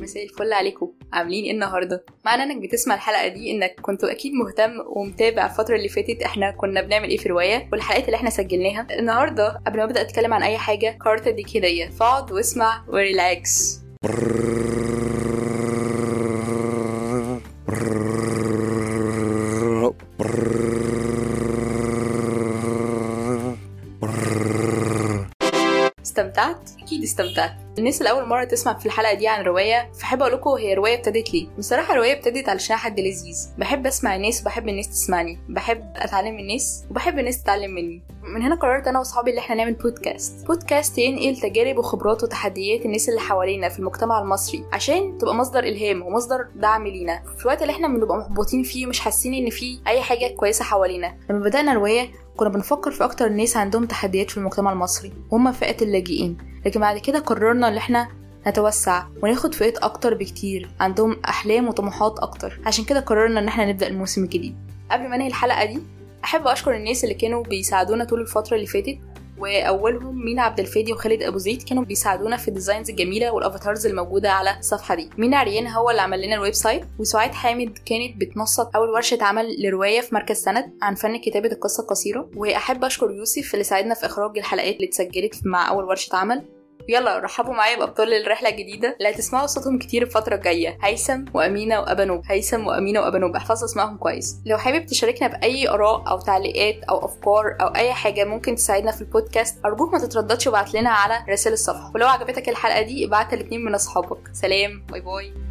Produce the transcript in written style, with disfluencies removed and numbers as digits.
مساء الفل عليكم. عاملين ايه النهارده؟ معنى انك بتسمع الحلقه دي انك كنتوا اكيد مهتم ومتابع الفتره اللي فاتت احنا كنا بنعمل ايه في روايه والحلقات اللي احنا سجلناها. النهارده قبل ما ابدا اتكلم عن اي حاجه قررت اديك هديه، فاقعد واسمع وريلاكس. استمتعت؟ اكيد استمتعت. الناس اللي اول مره تسمع في الحلقه دي عن روايه فحب اقول لكم هي روايه ابتدت ليه. بصراحه الروايه ابتدت علشان حد لذيذ، بحب اسمع الناس وبحب الناس تسمعني، بحب اتعلم من الناس وبحب الناس تتعلم مني. من هنا قررت انا واصحابي اللي احنا نعمل بودكاست ينقل تجارب وخبرات وتحديات الناس اللي حوالينا في المجتمع المصري عشان تبقى مصدر الهام ومصدر دعم لينا في الوقت اللي احنا بنبقى محبطين فيه ومش حاسين ان فيه اي حاجه كويسه حوالينا. لما بدانا الروايه كنا بنفكر في اكتر الناس عندهم تحديات في المجتمع المصري وهم فئة اللاجئين، لكن بعد كده قررنا ان احنا نتوسع وناخد فئات اكتر بكتير عندهم احلام وطموحات اكتر. عشان كده قررنا ان احنا نبدأ الموسم الجديد. قبل ما انهي الحلقة دي احب اشكر الناس اللي كانوا بيساعدونا طول الفترة اللي فاتت، واولهم مينا عبد الفادي وخالد ابو زيد كانوا بيساعدونا في الديزاينز الجميله والافاتارز الموجوده على الصفحه دي. مينا عريان هو اللي عمل لنا الويب سايت، وسعاد حامد كانت بتنسق اول ورشه عمل لروايه في مركز سند عن فن كتابه القصه القصيره. واحب اشكر يوسف اللي ساعدنا في اخراج الحلقات اللي اتسجلت مع اول ورشه عمل. يلا رحبوا معايا بأبطال الرحلة الجديدة اللي هتسمعوا صوتهم كتير الفترة الجاية، هيثم وأمينة وأبانوب. هيثم وأمينة وأبانوب، احفظوا اسمائهم كويس. لو حابب تشاركنا بأي آراء أو تعليقات أو أفكار أو أي حاجة ممكن تساعدنا في البودكاست، أرجوك ما تترددش وابعت لنا على رسائل الصفحة. ولو عجبتك الحلقة دي ابعتها ل2 من أصحابك. سلام، باي باي.